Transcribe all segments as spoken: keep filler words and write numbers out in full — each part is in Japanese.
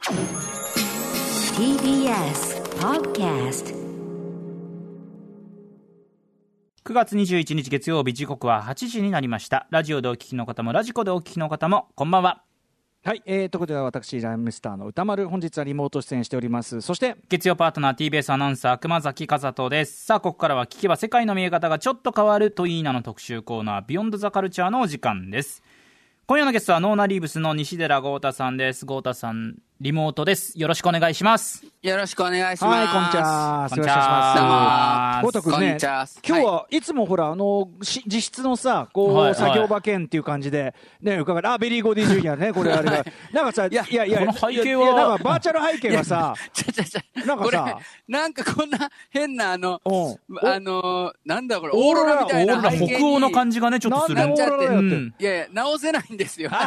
ティービーエス Podcast。 くがつにじゅういちにち月曜日、時刻ははちじになりました。ラジオでお聞きの方もラジコでお聞きの方もこんばんは。 はい、えー、ということで私ライムスターの歌丸、本日はリモート出演しております。そして月曜パートナー ティービーエス アナウンサー熊崎和人です。さあ、ここからは聞けば世界の見え方がちょっと変わるといいなの特集コーナー、ビヨンドザカルチャーのお時間です。今夜のゲストはノーナリーブスの西寺豪太さんです。豪太さんリモートです。よろしくお願いします。 よろしくお願いします。 はい、こんにちは。 こんにちは。 豪太くんね、今日はいつもほらあの自室のさこう、はい、作業場兼っていう感じでね伺う。あ、ベリーゴディジュニアね、これあれがなんかさ、いやいやいや、 この背景はなんかバーチャル背景がさ、 ちゃちゃちゃなんかさ、 なんかこんな変なあのあのなんだこれオーロラみたいな背景に北欧の感じがねちょっとする。 なんでオーロラやって、うん、 いやいや直せないんですよ。さ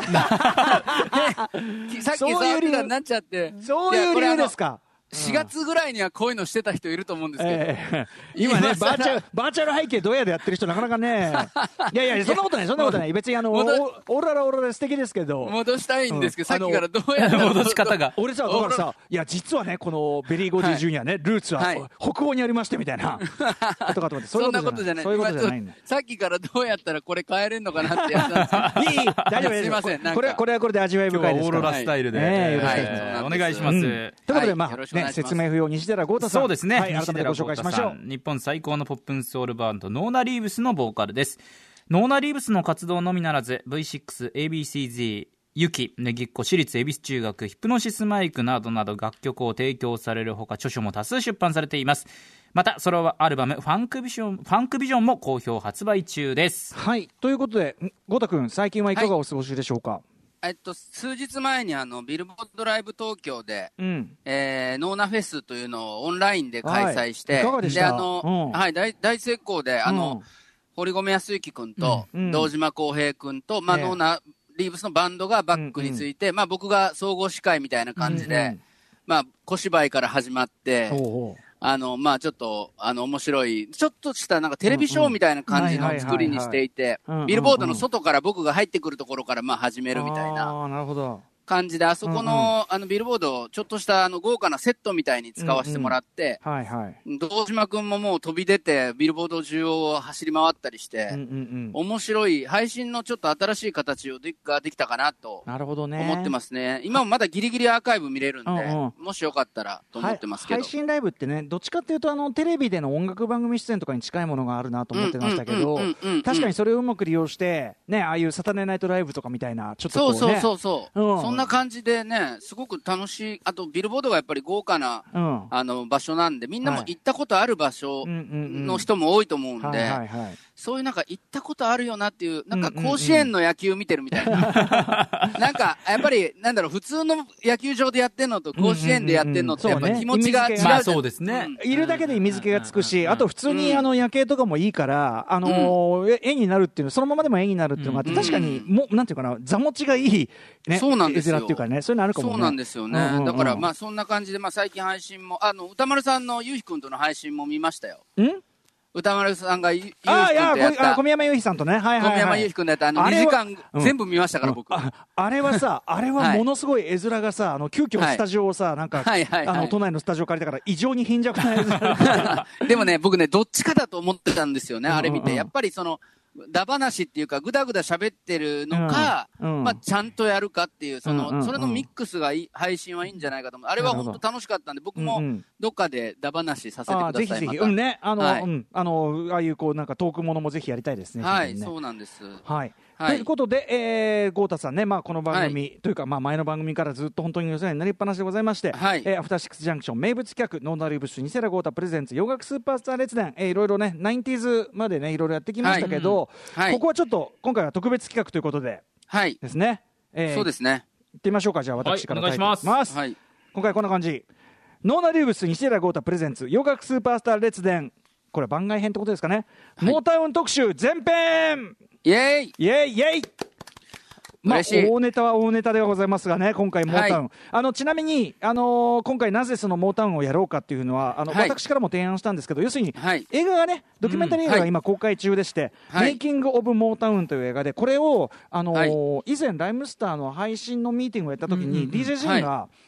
っき触ってたになっちゃって。 そういう理由ですか。 しがつぐらいにはこういうのしてた人いると思うんですけど、えー、今ねバーチャルバーチャル背景ドヤでやってる人なかなかねいやいや、そんなことないそんなことない、別にあのオーロラオーロラ素敵ですけど、 戻したいんですけど、うん、さっきからどうやって戻し方が俺さ、だからさ、いや実はねこのベリーゴディジュニアね、はい、ルーツは北欧にありましてみたいなことかと思って、 そんなことじゃない、そういうことじゃないんだ。さっきからどうやったらこれ変えれんのかなってやったんですよ。いい、大丈夫です、すいません、なんかこれこれはこれで味わい深いですから、 オーロラスタイルで、お願いします。ということで、まあね、説明不要に西寺豪太さん、 そうですね、 はい、改めてご紹介しましょう。 日本最高のポップンソウルバンドノーナリーブスのボーカルです。ノーナリーブスの活動のみならず ブイシックス、エービーシーゼー、ユキ、ネギっ子、私立恵比寿中学、ヒプノシスマイクなどなど楽曲を提供されるほか、著書も多数出版されています。またソロアルバムファンクビジョン、ファンクビジョンも好評発売中です。 はい、ということで豪太君、最近はいかがお過ごしでしょうか。はい、 えっと、数日前にあのビルボードライブ東京で、うんえー、ノーナフェスというのをオンラインで開催して、はい、 いかがでした。 であの、うんはい、大, 大成功で、あの、うん、堀米康之君と、うん、堂島康平君と、まあね、ノーナリーブスのバンドがバックについて、うんうんまあ、僕が総合司会みたいな感じで、うんうんまあ、小芝居から始まって、ほうほうあの、まあちょっと、あの、面白い、ちょっとしたなんかテレビショーみたいな感じの作りにしていて、ビルボードの外から僕が入ってくるところからまあ始めるみたいな。 ああ、なるほど。 感じで、あそこの、うんうん、あのビルボードをちょっとしたあの豪華なセットみたいに使わせてもらって、うんうんはいはい、堂島くんももう飛び出てビルボード中を走り回ったりして、うんうんうん、面白い配信のちょっと新しい形をでができたかなと思ってますね。今もまだギリギリアーカイブ見れるんで、うんうん、もしよかったらと思ってますけど、 配信ライブってね、どっちかっていうとあのテレビでの音楽番組出演とかに近いものがあるなと思ってましたけど、確かにそれをうまく利用してね、ああいうサタデーナイトライブとかみたいなちょっとこうね、 そうそうそうそう、うん、そんな感じでねすごく楽しい。あとビルボードがやっぱり豪華な、うん、あの場所なんで、みんなも行ったことある場所の人も多いと思うんで、そういうなんか行ったことあるよなっていう、なんか甲子園の野球見てるみたいな、うんうんうん、なんかやっぱりなんだろう、普通の野球場でやってんのと甲子園でやってんのってやっぱり気持ちが違う、 まあそうですね、 うん、いるだけで意味付けがつくし、あと普通にあの夜景とかもいいから、あのーうん、絵になるっていうの、そのままでも絵になるっていうのがあって、うん、確かにもなんていうかな、座持ちがいい、ね、 そうなんですよ、 絵面っていうかね、そういうのあるかもね。 そうなんですよね、うんうんうん、だからまあそんな感じで、まあ、最近配信もあの歌丸さんのゆうひくんとの配信も見ましたよ。ん歌丸さんがゆうひくんとやった小宮山ゆうひさんとね、はいはいはい、 小宮山ゆうひくんでやったあのにじかん全部見ましたから、うん、僕 あ, あれはさあれはものすごい絵面がさ、あの急遽スタジオをさ、なんか、はいはいはいはい、あの都内のスタジオ借りたから異常に貧弱な絵面でもね、僕ねどっちかだと思ってたんですよね、あれ見て。やっぱりそのだ話っていうかぐだぐだ喋ってるのか、うんうんまあ、ちゃんとやるかっていう、その、うんうんうん、それのミックスがいい配信はいいんじゃないかと思う。あれは本当楽しかったんで、僕もどっかでだ話させてください。あ、ぜひぜひ、 うんね、あの、はい、うん、あのああいうこうなんかトークものもぜひやりたいですね。 はい、 ね、 そうなんです。 はい。はい、ということで、えー、豪太さんね、まあ、この番組、はい、というか、まあ、前の番組からずっと本当にお世話になりっぱなしでございまして、はい、えー、アフターシックスジャンクション名物企画ノーナリーブッシュ西寺豪太プレゼンツ洋楽スーパースター列伝、えー、いろいろねナインティーズまでねいろいろやってきましたけど、はい、ここはちょっと今回は特別企画ということで、はい、ですね、 えー、そうですね、 行ってみましょうか。じゃあ私から、 はい、お願いします。 はい、今回こんな感じ、ノーナリーブッシュ西寺豪太プレゼンツ洋楽スーパースター列伝、これは番外編ってことですかね、はい、モータウン特集前編、 イエーイイエーイイエーイ。まあ、大ネタは大ネタではございますがね、今回モータウン、はい、あのちなみに、あのー、今回なぜそのモータウンをやろうかっていうのはあの、はい、私からも提案したんですけど、要するに、はい、映画がねドキュメンタリー映画が今公開中でして、うんはい、メイキング・オブ・モータウンという映画で、これを、あのーはい、以前ライムスターの配信のミーティングをやった時に、うんうんうん、ディージェー ジンが、はい、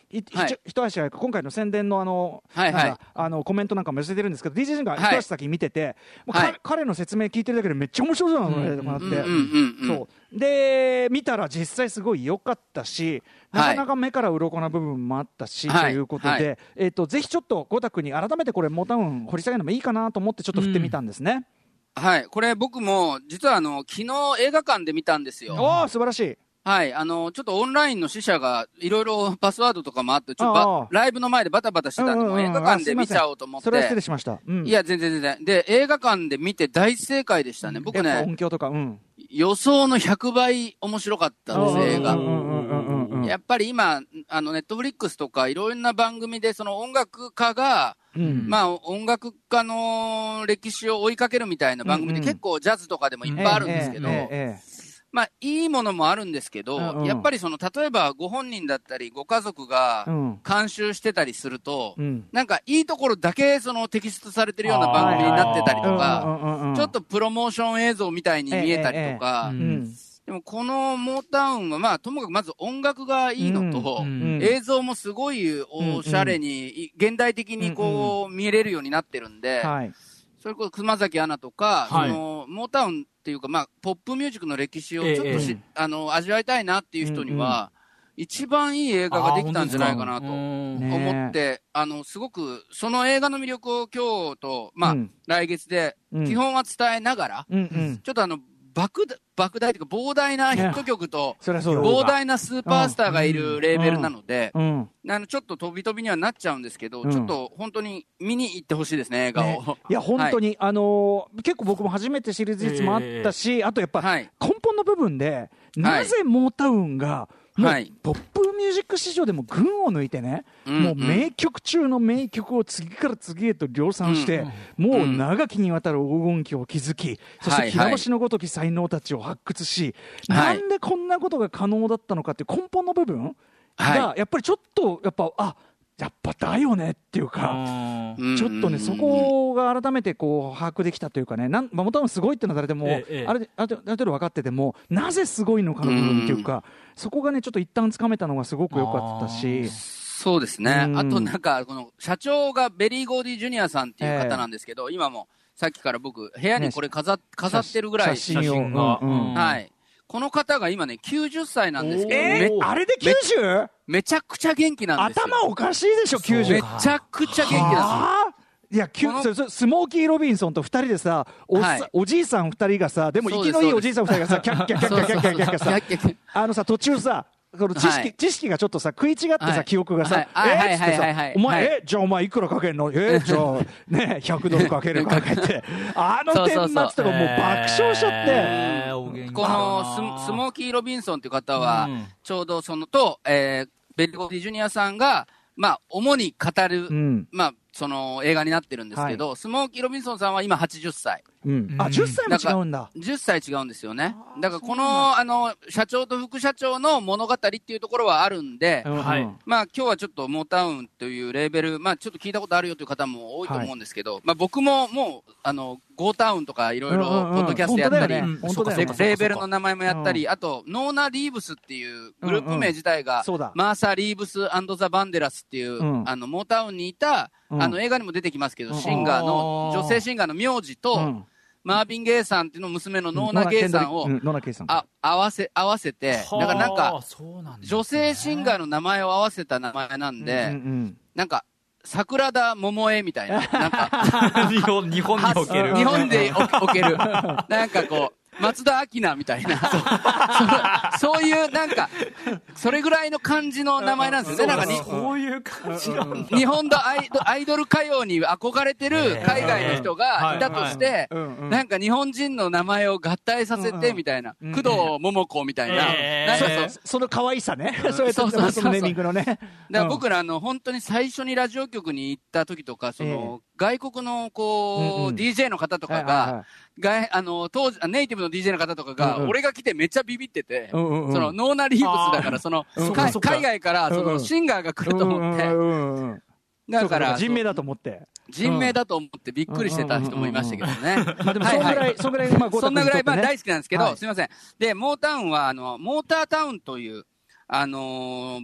いはい一一足早く今回の宣伝のあの、 はいはいなんかあのコメントなんかも寄せてるんですけど ディージェー 陣が一足先見てて、もうはいか彼の説明聞いてるだけでめっちゃ面白そうなのねとかなって、 うんうんうんうんそうで見たら実際すごい良かったし、なかなか目から鱗な部分もあったし、 はいということで、 はいえー、とぜひちょっとゴタ君に改めてこれモータウン掘り下げるのもいいかなと思ってちょっと振ってみたんですね。 はい。これ僕も、実はあの、昨日映画館で見たんですよ。 おお素晴らしい。 はい。あの、ちょっとオンラインの死者が、いろいろパスワードとかもあって、ちょっとああばライブの前でバタバタしてたんで、もう映画館で見ちゃおうと思って。 それは失礼しました。うん、 いや、全然全然。で、映画館で見て大正解でしたね。僕やっぱね、 音響とか、うん、 予想のひゃくばい面白かったんです、映画。やっぱり今、あの、ネットフリックスとかいろんな番組で、その音楽家が、うん、まあ、音楽家の歴史を追いかけるみたいな番組で、結構ジャズとかでもいっぱいあるんですけど、まあ、いいものもあるんですけど、うんうん、やっぱりその、例えばご本人だったり、ご家族が監修してたりすると、うん、なんかいいところだけその摘出されてるような番組になってたりとか、ちょっとプロモーション映像みたいに見えたりとか、ええええうんでもこのモータウンは、まあ、ともかくまず音楽がいいのと、うんうん、映像もすごいおしゃれに、うんうん、現代的にこう、うんうん、見れるようになってるんで、はい、それこそ熊崎アナとか、はい、そのモータウンっていうか、まあ、ポップミュージックの歴史をちょっとし、ええ、あの味わいたいなっていう人には、うんうん、一番いい映画ができたんじゃないかなと思って、あの、すごく、その映画の魅力を今日と、まあ、うん、来月で、基本は伝えながら、うんうん、ちょっとあの、莫莫大というか膨大なヒット曲と膨大なスーパースターがいるレーベルなので、うんうんうん、あのちょっと飛び飛びにはなっちゃうんですけど、うん、ちょっと本当に見に行ってほしいですね、映画を。ね、 いや本当に、はい、あのー、結構僕も初めて知る事実もあったし、あとやっぱ、はい、根本の部分でなぜモータウンがもうポップミュージック市場でも群を抜いてね、うんうん、もう名曲中の名曲を次から次へと量産して、うんうん、もう長きにわたる黄金期を築き、うん、そしてきら星のごとき才能たちを発掘し、はいはい、なんでこんなことが可能だったのかっていう根本の部分がやっぱりちょっとやっぱあやっぱだよねっていうか、ちょっとねそこが改めてこう把握できたというかね、なん、まあ、もちろんすごいっていうのは誰でも、ええ、あれある程度分かっててもなぜすごいのかの部分っていうか、そこがねちょっと一旦つかめたのがすごく良かったし。 そうですね、あとなんかこの社長がベリー・ゴーディ・ジュニアさんっていう方なんですけど、え、今もさっきから僕部屋にこれ 飾, 飾ってるぐらい写真が、うんうん、 はいこの方が今ねきゅうじゅっさいなんですけど、 えー、あれで きゅうじゅう? め, めちゃくちゃ元気なんですよ。 頭おかしいでしょきゅうじゅう。 めちゃくちゃ元気なんですよ。 いやきゅスモーキー・ロビンソンとふたりでさ お,、はい、おじいさんふたりがさ、でも生きのいいおじいさんふたりがさキャッキャッキャッキャッキャッキャッキャッキャッさあのさ途中さその知識、はい、知識がちょっとさ食い違ってさ、はい、記憶がさ、はい、えー、っつってさ、はいはい、お前、はい、えじゃあお前いくらかけんのえじゃあねひゃくドルかけるかけてあの顛末とかもう爆笑しちゃって、えー、このス, スモーキー・ロビンソンという方は、うん、ちょうどそのと、えー、ベリー・ゴーディ・ジュニアさんがまあ主に語る、うん、まあその映画になってるんですけど、はい、スモーキー・ロビンソンさんは今はちじゅっさい。 うん、あ、じゅっさいも違うんだ。 じゅっさい違うんですよね。だからこの、あの、社長と副社長の物語っていうところはあるんで、はい、まあ今日はちょっとモータウンというレーベル、まあちょっと聞いたことあるよという方も多いと思うんですけど、はい、まあ僕ももう、あの、ゴータウンとかいろいろポッドキャストやったり、レーベルの名前もやったり、あと、ノーナ・リーブスっていうグループ名自体が、うんうん、マーサ・リーブス&ザ・バンデラスっていう、うん、あの、モータウンにいた、うん、あの、映画にも出てきますけど、シンガーの、女性シンガーの名字と、うんマービン・ゲイさんっていうの娘のノーナ・ゲイさんをあ合わせ合わせて、だからなんか女性シンガーの名前を合わせた名前なんで、なんか桜田桃江みたいな、なんか日本日本における日本でおけるなんかこう。松田明菜みたいなそ, そういうなんかそれぐらいの感じの名前なんですよね。なんかにそういう感じなんだ。 日本のアイ ド, アイドル歌謡に憧れてる海外の人がいたとして、なんか日本人の名前を合体させてみたいな、工藤桃子みたいな、なんかそ, その可愛さねそうやってそのネーミングのね。だから僕らあの本当に最初にラジオ局に行った時とか、その外国のこう ディージェー の方とかが外あの当時ネイティブの ディージェー の方とかが、うんうん、俺が来てめっちゃビビってて、うんうんうん、そのノーナ・リーブスだからその、うんうん、海外からそのシンガーが来ると思って、うんうんうん、だから人名だと思って人名だと思ってびっくりしてた人もいましたけどね。 まあでもそんぐらいそんぐらいまあそんなぐらいまあ大好きなんですけど、はい、すみません。でモータウンはあのモータータウンというあのー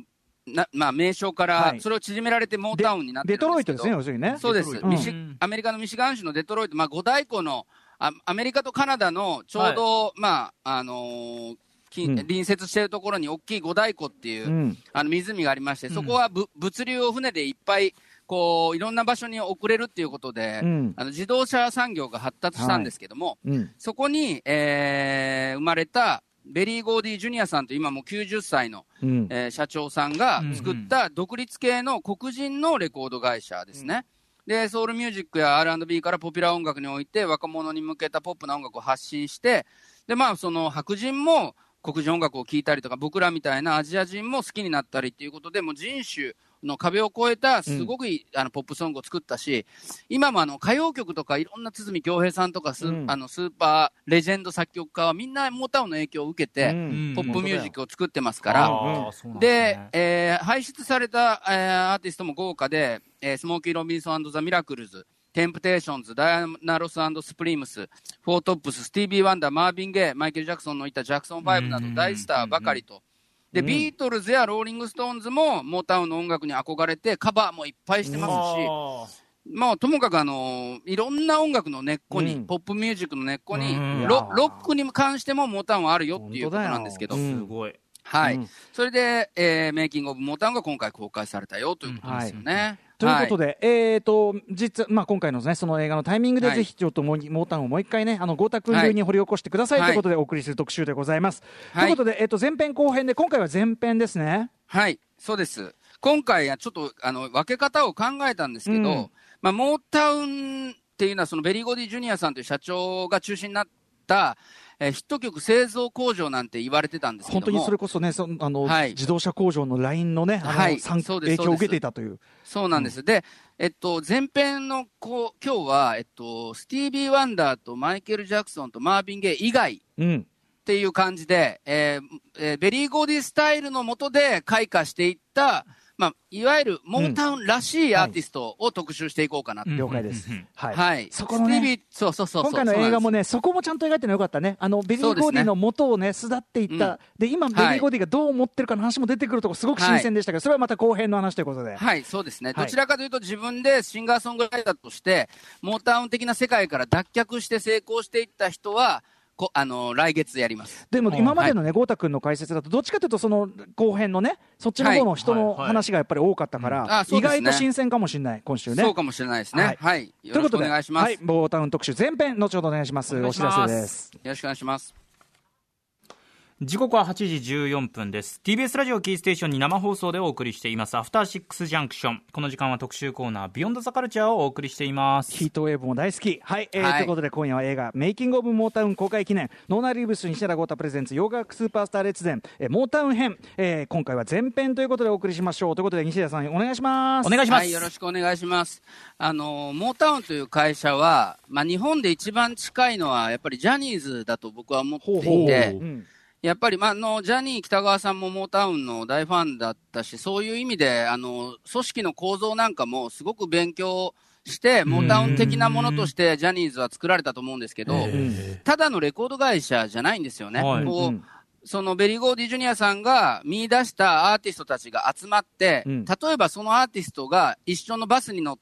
なまあ、名称から、それを縮められてモータウンになってるんですけど、 デトロイトですね、要するにね。 そうです、 うん、 ミシアメリカのミシガン州のデトロイト、まあ、五大湖のあ、アメリカとカナダのちょうど、はい、まあ、あのーうん、隣接しているところに大きい五大湖っていう、うん、あの湖がありまして、そこはぶ、うん、物流を船でいっぱい、こう、いろんな場所に送れるっていうことで、うん、あの自動車産業が発達したんですけども、はいうん、そこに、えー、生まれた、ベリー・ゴーディ・ジュニアさんと今もうきゅうじゅっさいの、うんえー、社長さんが作った独立系の黒人のレコード会社ですね。うん、で、ソウルミュージックや アールアンドビー からポピュラー音楽において若者に向けたポップな音楽を発信して、で、まあその白人も黒人音楽を聴いたりとか、僕らみたいなアジア人も好きになったりっていうことで、もう人種の壁を越えたすごくいい、うん、あのポップソングを作ったし、今もあの歌謡曲とかいろんな堤恭平さんとかス,、うん、あのスーパーレジェンド作曲家はみんなモータウンの影響を受けて、うん、ポップミュージックを作ってますから、うん、で、ねえー、輩出された、えー、アーティストも豪華で、えー、スモーキー・ロビンソン&ザ・ミラクルズ、テンプテーションズ、ダイアナ・ロス&スプリームス、フォートップス、スティービー・ワンダー、マービン・ゲイ、マイケル・ジャクソンのいたジャクソンファイブなど大スターばかりと。で、うん、ビートルズやローリング・ストーンズもモータウンの音楽に憧れてカバーもいっぱいしてますし、まあ、ともかくあのいろんな音楽の根っこに、うん、ポップミュージックの根っこに、うん、ロ, ロックに関してもモータウンはあるよっていうことなんですけど、 すごい。 はい、うん、それで、えー、メイキング・オブ・モータウンが今回公開されたよということですよね。はいということで、はい、えーと実まあ、今回の、ね、その映画のタイミングでぜひちょっとモータウンをもう一回ね、あの豪太君流に掘り起こしてください、はい、ということでお送りする特集でございます。はい、ということで、えーと前編後編で今回は前編ですね。 はいそうです。今回はちょっとあの分け方を考えたんですけど、うんまあ、モータウンっていうのはそのベリー・ゴディ・ジュニアさんという社長が中心になったえー、ヒット曲製造工場なんて言われてたんですけども、 本当にそれこそね、そあの、はい、自動車工場のラインのね、あの、はい、影響を受けていたという。 そうなんです。うん、で、えっと、前編のこう今日は、えっと、スティービー・ワンダーとマイケル・ジャクソンとマービン・ゲイ以外っていう感じで、うんえーえー、ベリー・ゴーディスタイルの下で開花していった、まあ、いわゆるモータウンらしいアーティストを特集していこうかなと、 うん、了解です、 はいはい、 そこのねそうそうそう今回の映画もねそこもちゃんと描いてのよかったね。あのベリー・ゴーディの元をね巣立っていった、うん、で今ベリー・ゴーディがどう思ってるかの話も出てくるとこすごく新鮮でしたけど、はい、それはまた後編の話ということで、 はいそうですね、はい、どちらかというと自分でシンガーソングライターとしてモータウン的な世界から脱却して成功していった人はこあの来月やります。 でも今までのね、豪太君の解説だとどっちかというとその後編のねそっちの方の人の話がやっぱり多かったから、はいはいはい、意外と新鮮かもしれない今週ね。 そうかもしれないですね。はい、はい、よろしくお願いします。 ということで、はい、モータウン特集前編後ほどお願いします。お知らせです。 よろしくお願いします。 時刻ははちじじゅうよんぷんです。 ティービーエス ラジオキーステーションに生放送でお送りしていますアフターシックスジャンクション。この時間は特集コーナービヨンドザカルチャーをお送りしています。 ヒートウェーブも大好き、はいえーはい、ということで今夜は映画メイキングオブモータウン公開記念ノーナ・リーブス西原豪太プレゼンツ洋楽スーパースター列伝、えー、モータウン編、えー、今回は前編ということでお送りしましょう。ということで西原さんお願いします。 お願いします、 はい、よろしくお願いします。あのモータウンという会社は、まあ、日本で一番近いのはやっぱりジャニーズだと僕は思っていて、ほうほう、うんやっぱり、まあ、のジャニー喜多川さんもモータウンの大ファンだったし、そういう意味であの組織の構造なんかもすごく勉強してモータウン的なものとしてジャニーズは作られたと思うんですけど、ただのレコード会社じゃないんですよね。はい、こう、うん、そのベリー・ゴーディ・ジュニアさんが見出したアーティストたちが集まって、うん、例えばそのアーティストが一緒のバスに乗って、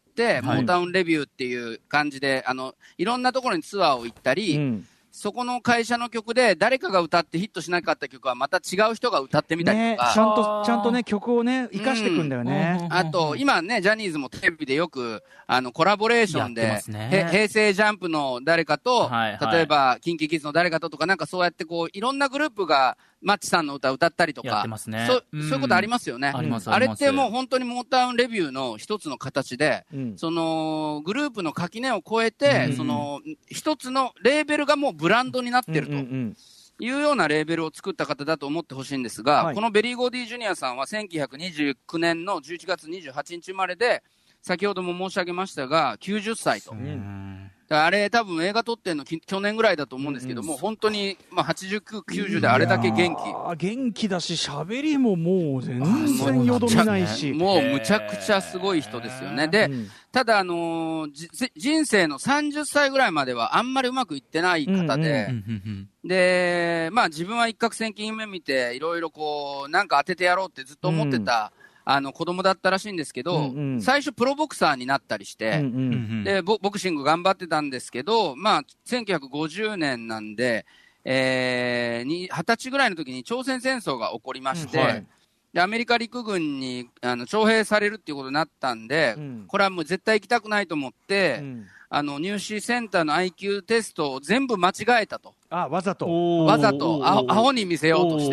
モータウンレビューっていう感じで、あのいろんなところにツアーを行ったり、うんそこの会社の曲で誰かが歌ってヒットしなかった曲はまた違う人が歌ってみたりとか、 ね、ちゃんとちゃんとね曲をね生かしていくんだよね、 うん、あと今ねジャニーズもテレビでよくあのコラボレーションで、ね、平成ジャンプの誰かと、はいはい、例えばキンキキッズの誰かととかなんかそうやってこういろんなグループがマッチさんの歌を歌ったりとかやってますね、 そ, そういうことありますよね、 うん、あ, あれってもう本当にモータウンレビューの一つの形で、うん、そのグループの垣根を越えて、うん、その一つのレーベルがもうブランドになってるというようなレーベルを作った方だと思ってほしいんですが、はい、このベリー・ゴーディ・ジュニアさんはせんきゅうひゃくにじゅうきゅうねんのじゅういちがつにじゅうはちにち生まれで先ほども申し上げましたがきゅうじゅっさいと、うんあれ多分映画撮ってんの去年ぐらいだと思うんですけども、うん、本当に、まあ、はちじゅうきゅう、きゅうじゅうであれだけ元気元気だし喋りももう全然よどみないしもうむちゃくちゃすごい人ですよね。で、うん、ただ、あのー、人生のさんじゅっさいぐらいまではあんまりうまくいってない方で、うんうん、で、まあ自分は一攫千金夢見ていろいろこうなんか当ててやろうってずっと思ってた、うんあの子供だったらしいんですけど、うんうん、最初プロボクサーになったりして、うんうん、でボ、ボクシング頑張ってたんですけど、まあ、せんきゅうひゃくごじゅうねんなんで、えー、にはたちぐらいの時に朝鮮戦争が起こりまして、うんはい、でアメリカ陸軍にあの徴兵されるっていうことになったんで、うん、これはもう絶対行きたくないと思って、うん、あの入試センターの アイキュー テストを全部間違えたと。 あ、わざと。 わざと、アホに見せようとして。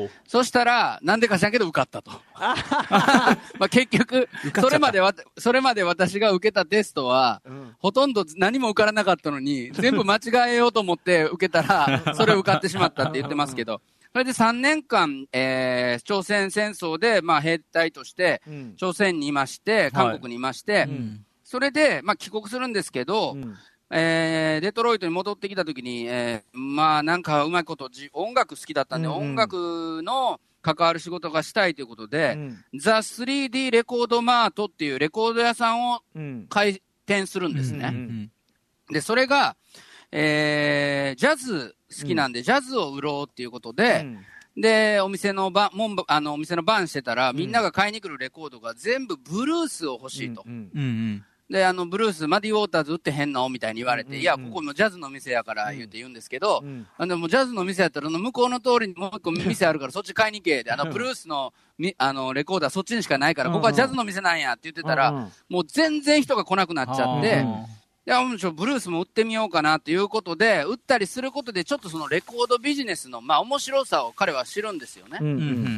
そしたら、なんでか知らんけど受かったと。まあ結局、それまでわ、それまで私が受けたテストは、うん、ほとんど何も受からなかったのに、全部間違えようと思って受けたら、それ受かってしまったって言ってますけど、それでさんねんかん、えー、朝鮮戦争で、まあ兵隊として、朝鮮にいまして、韓国にいまして、はいうん、それで、まあ帰国するんですけど、うんえー、デトロイトに戻ってきたときに、えー、まあなんかうまいこと音楽好きだったんで、うんうん、音楽の関わる仕事がしたいということで、うん、ザ・スリーディー レコードマートっていうレコード屋さんを開店するんですね。うんうん、で、それが、えー、ジャズ好きなんで、うん、ジャズを売ろうっていうことで、うん、で、お店の番、もんあの、お店の番してたら、みんなが買いに来るレコードが全部ブルースを欲しいと。うんうんうんうんで、あの、ブルース、マディ・ウォーターズ売ってへんのみたいに言われて、うんうんうん、いや、ここもジャズの店やから言うて言うんですけど、うん、あの、もうジャズの店やったら、向こうの通りにもう一個店あるから、そっち買いに行け。で、あの、ブルースの、あの、レコーダーそっちにしかないから、ここはジャズの店なんやって言ってたら、うんうん、もう全然人が来なくなっちゃって、うんうんいや、もちろんブルースも売ってみようかなということで、売ったりすることで、ちょっとそのレコードビジネスの、まあ面白さを彼は知るんですよね。うんうん、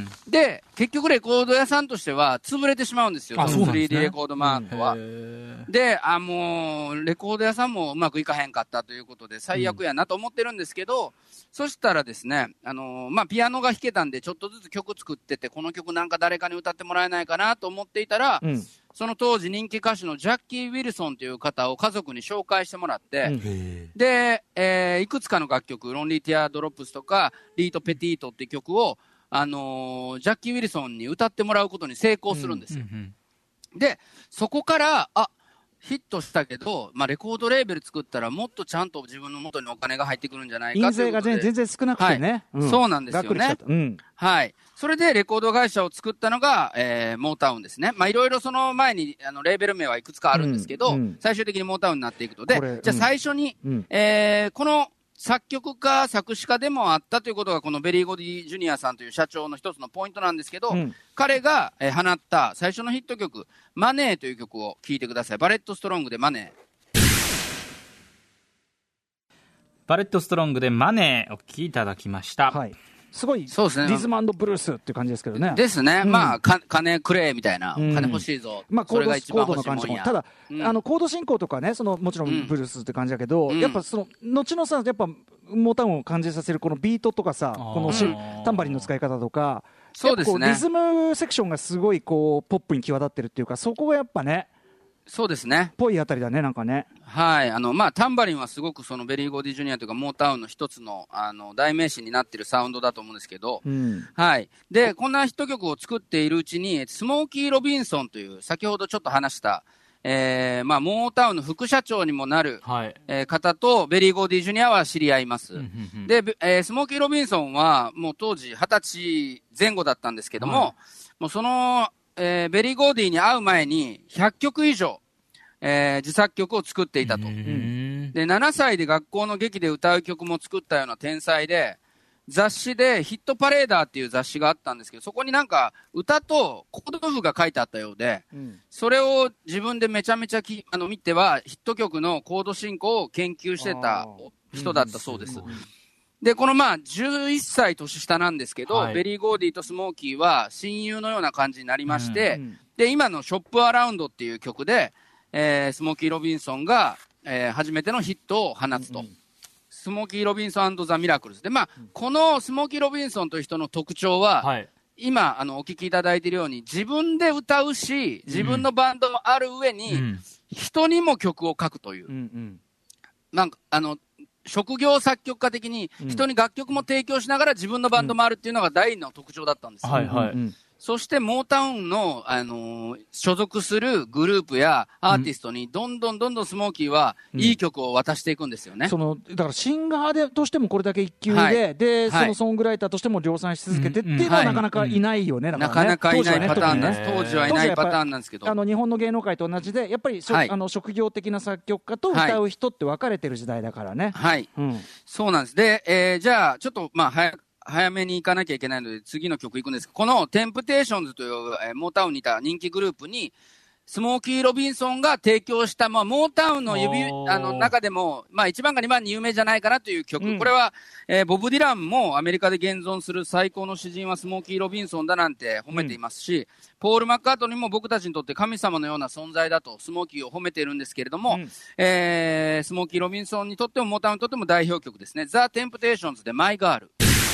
で、結局レコード屋さんとしては潰れてしまうんですよ。スリーディー レコードマートは。うん、で、あ、もう、レコード屋さんもうまくいかへんかったということで、最悪やなと思ってるんですけど、うん、そしたらですね、あのー、まあピアノが弾けたんで、ちょっとずつ曲作ってて、この曲なんか誰かに歌ってもらえないかなと思っていたら、うんその当時人気歌手のジャッキー・ウィルソンという方を家族に紹介してもらって、うん、で、えー、いくつかの楽曲、ロンリー・ティア・ドロップスとか、リート・ペティートっていう曲を、あのー、ジャッキー・ウィルソンに歌ってもらうことに成功するんですよ。うんうんうん、で、そこから、あ、ヒットしたけど、まあ、レコードレーベル作ったらもっとちゃんと自分の元にお金が入ってくるんじゃないかということで。 印税が全然少なくてね。 はいうん、そうなんですよね。うん、はい。それでレコード会社を作ったのが、えー、モータウンですね。まあ、いろいろその前に、あの、レーベル名はいくつかあるんですけど、うんうん、最終的にモータウンになっていくと。で、じゃあ最初に、うん、えー、この作曲家、作詞家でもあったということが、このベリー・ゴディ・ジュニアさんという社長の一つのポイントなんですけど、うん、彼が、えー、放った最初のヒット曲、マネーという曲を聴いてください。バレット・ストロングでマネー。 バレット・ストロングでマネーを聴きいただきました。 はい。すごい、そうですね、リズム&ブルースっていう感じですけどね。 ですね。うん、まあ、か金くれみたいな、うん、金欲しいぞ。 まあ、コード、コードの感じも。ただ、うん、あの、コード進行とかね、その、もちろんブルースって感じだけど、うん、やっぱその、後のさ、やっぱ、モータウンを感じさせるこのビートとかさ、このしタンバリンの使い方とか、 そうですね。 リズムセクションがすごい、こう、ポップに際立ってるっていうか、そこがやっぱね、 そうですね。 ぽいあたりだね、なんかね。 はい。あの、まあ、タンバリンはすごくそのベリー・ゴディ・ジュニアというか、モータウンの一つの、あの、代名詞になっているサウンドだと思うんですけど、うん、はい。で、こんなヒット曲を作っているうちに、スモーキー・ロビンソンという、先ほどちょっと話した、えー、まあ、モータウンの副社長にもなる、はいえー、方と、ベリー・ゴディ・ジュニアは知り合います。で、えー、スモーキー・ロビンソンは、もう当時はたちぜん後だったんですけども、はい、もうその、えー、ベリー・ゴーディに会う前にひゃっきょく以上、えー、自作曲を作っていたと。で、ななさいで学校の劇で歌う曲も作ったような天才で、雑誌でヒットパレーダーっていう雑誌があったんですけど、そこになんか歌とコード譜が書いてあったようで、うん、それを自分でめちゃめちゃきあの見てはヒット曲のコード進行を研究してた人だったそうです。で、このまあ、じゅういっさい年下なんですけど、はい、ベリー・ゴーディとスモーキーは親友のような感じになりまして、うん、で、今のショップアラウンドっていう曲で、えー、スモーキー・ロビンソンが、えー、初めてのヒットを放つと。うんうん、スモーキー・ロビンソン&ザ・ミラクルズで、まあ、うん、このスモーキー・ロビンソンという人の特徴は、はい、今、あの、お聞きいただいているように、自分で歌うし、自分のバンドもある上に、うん、人にも曲を書くという。うんうん、なんか、あの、職業作曲家的に人に楽曲も提供しながら自分のバンドもあるっていうのが大の特徴だったんですよ。はいはい。 そしてモータウンの、あのー、所属するグループやアーティストにどんどんどんどんスモーキーはいい曲を渡していくんですよね。うん、 そのだからシンガーでとしてもこれだけ一級で、はい、で、はい、そのソングライターとしても量産し続けてっていうのはなかなかいないよね。 なかなかいないパターンなんです。当時はいないパターンなんですけど。 あの日本の芸能界と同じでやっぱり、はい、あの職業的な作曲家と歌う人って分かれてる時代だからね。 はい。うん、そうなんです。で、えー、じゃあちょっとまあ早く。早めに行かなきゃいけないので、次の曲行くんですけど、このテンプテーションズという、えー、モータウンにいた人気グループに、スモーキー・ロビンソンが提供した、まあ、モータウンの指、あの、中でも、まあ、いちばんかにばんに有名じゃないかなという曲。うん、これは、えー、ボブ・ディランもアメリカで現存する最高の詩人はスモーキー・ロビンソンだなんて褒めていますし、うん、ポール・マッカートニーも僕たちにとって神様のような存在だとスモーキーを褒めているんですけれども、うん、えー、スモーキー・ロビンソンにとってもモータウンにとっても代表曲ですね。ザ・テンプテーションズでマイ・ガール。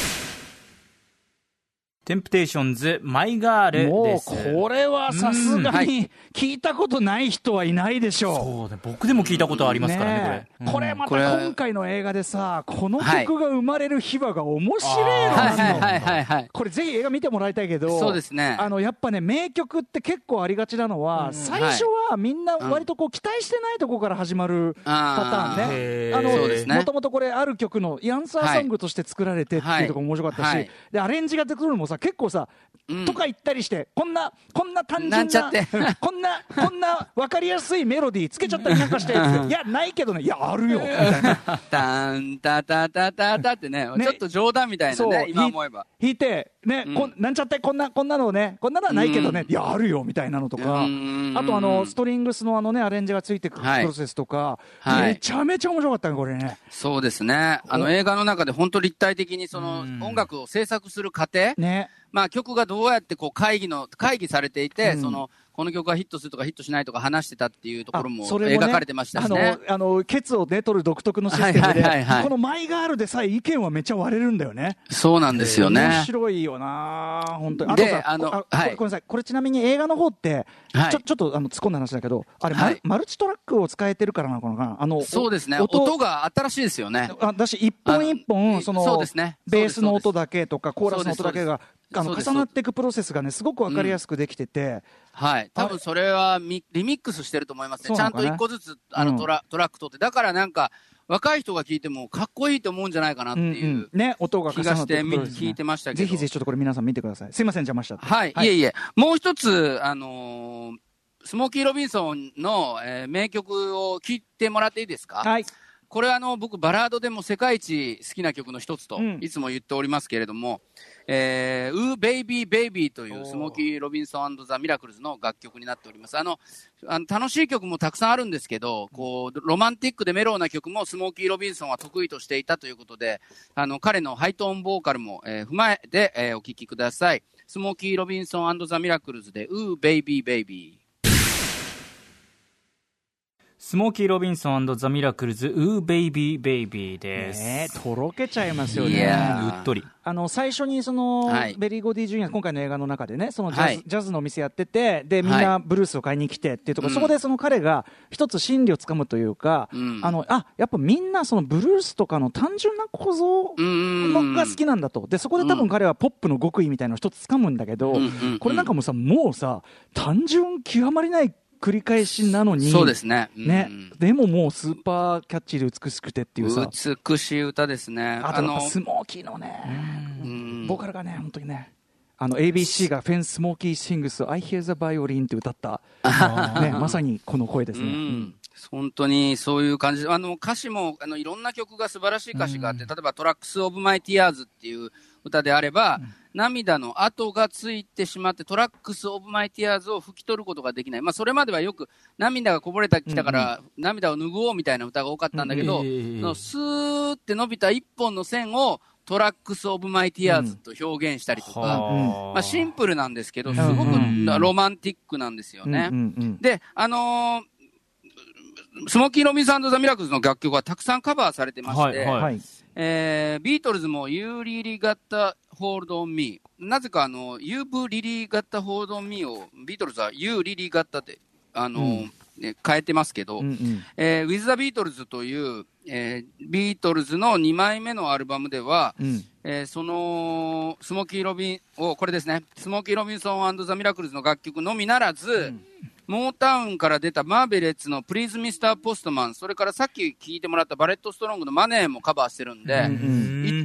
テンプテーションズマイガールです。 もうこれはさすがに聞いたことない人はいないでしょう。 そうね、僕でも聞いたことありますからね、 ねこれ、うん、これまた今回の映画でさ、この曲が生まれる秘話が面白いのなんの。これぜひ映画見てもらいたいけど、 そうですね、 あのやっぱね名曲って結構ありがちなのは、うん、最初はみんな割とこう期待してないところから始まるパターンね。あのもともとこれある曲のアンサーソングとして作られてっていうところも面白かったし、はいはい、でアレンジが出てくるのもさ結構さ、うん、とか言ったりしてこんなこんな単純 な, なこんなこんな分かりやすいメロディーつけちゃったりなんかしていやないけどね、いやあるよみたいなタンタタタタタってね、ねちょっと冗談みたいなね、今思えば弾いてね、うん、こなんちゃってこんなこんなのねこんなのはないけどね、うん、いやあるよみたいなのとか、あとあのストリングスのあのねアレンジがついてくるプロセスとか、はい、めちゃめちゃ面白かったねこれね。 そうですね、あの映画の中で本当立体的にその音楽を制作する過程ね、まあ、曲がどうやってこう会議の会議されていて、うん、そのこの曲がヒットするとかヒットしないとか話してたっていうところも描かれてましたしね。 あのあのケツをね取る独特のシステムで、はいはいはいはい、このマイガールでさえ意見はめっちゃ割れるんだよね。 そうなんですよね。 面白いよな本当に。あとさ、あのあ、はい、ごめんなさい、これちなみに映画の方って、はい、ちょちょっとあの突っ込んだ話だけど、あれ、はい、マルチトラックを使えてるからなのかな。あのそうですね、音、音が新しいですよね。 あだし一本一本そのそうです、ね、ベースの音だけとかコーラスの音だけがあの重なっていくプロセスがねすごく分かりやすくできてて、うん、 はい、多分それはミリミックスしてると思いますね。ちゃんと一個ずつあのトラ、うん、トラック取って、だからなんか若い人が聞いてもかっこいいと思うんじゃないかなっていう、うんうん、ね、音が重なっていくプロセスね、聞いてましたけど、 ぜひぜひちょっとこれ皆さん見てください。すいません邪魔しちゃって。 はい、はい、いえいえ、もう一つあのー、スモーキー・ロビンソンの、えー、名曲を聴いてもらっていいですか。 はい。 これはあの僕バラードでも世界一好きな曲の一つといつも言っておりますけれども、うん、えー、ウーベイビーベイビーというスモーキー・ロビンソン&ザ・ミラクルズの楽曲になっております。あのあの楽しい曲もたくさんあるんですけど、こうロマンティックでメローな曲もスモーキー・ロビンソンは得意としていたということで、あの彼のハイトーンボーカルも、えー、踏まえて、えー、お聴きください。スモーキー・ロビンソン&ザ・ミラクルズでウーベイビーベイビー。 スモーキー・ロビンソン&ザ・ミラクルズウーベイビーベイビーです、 ね、とろけちゃいますよね。 いやうっとり。 あの最初にその、はい、ベリー・ゴディ・ジュニア今回の映画の中でねそのジャズ、はい、ジャズのお店やっててでみんなブルースを買いに来てっていうところ、はい、そこでその彼が一つ真理をつかむというか、うん、あのあやっぱみんなそのブルースとかの単純な構造のが好きなんだと。でそこで多分彼はポップの極意みたいなのを一つつかむんだけど、うん、これなんかもうさもうさ単純極まりない繰り返しなのに、 そうですね、 うん、ね、でももうスーパーキャッチーで美しくてっていうさ、 美しい歌ですね。 あとやっぱスモーキーのね、ボーカルがね本当にね、あの エービーシー がフェンスモーキーシングス I hear the violin って歌ったね、まさにこの声ですね。うんうん、 本当にそういう感じ。あの歌詞もあのいろんな曲が素晴らしい歌詞があって、例えばトラックスオブマイティアーズっていう歌であれば、うん、涙の跡がついてしまってトラックスオブマイティアーズを拭き取ることができない。まあそれまではよく涙がこぼれてきたから、うんうん、涙を拭おうみたいな歌が多かったんだけど、うんえー、のスーって伸びた一本の線をトラックスオブマイティアーズと表現したりとか、うんまあ、シンプルなんですけどすごくロマンティックなんですよね。うんうんうん、で、あのー、スモーキー・ロビンソン&ザ・ミラクルズの楽曲はたくさんカバーされてまして、はいはい、えー、ビートルズも You Really Got Hold on Me、 なぜかあの You Really Got Hold on Me をビートルズは You Really Got ってあの、うん、 ね、変えてますけど、うんうん、えー、With the Beatles という、えー、ビートルズのにまいめのアルバムでは、うん、えー、そのスモーキー・ロビンをこれですね、スモーキー・ロビンソン&ザ・ミラクルズの楽曲のみならず、うん、モータウンから出たマーベレッツのプリーズ・ミスター・ポストマン、それからさっき聴いてもらったバレット・ストロングのマネーもカバーしてるんで、うんうん、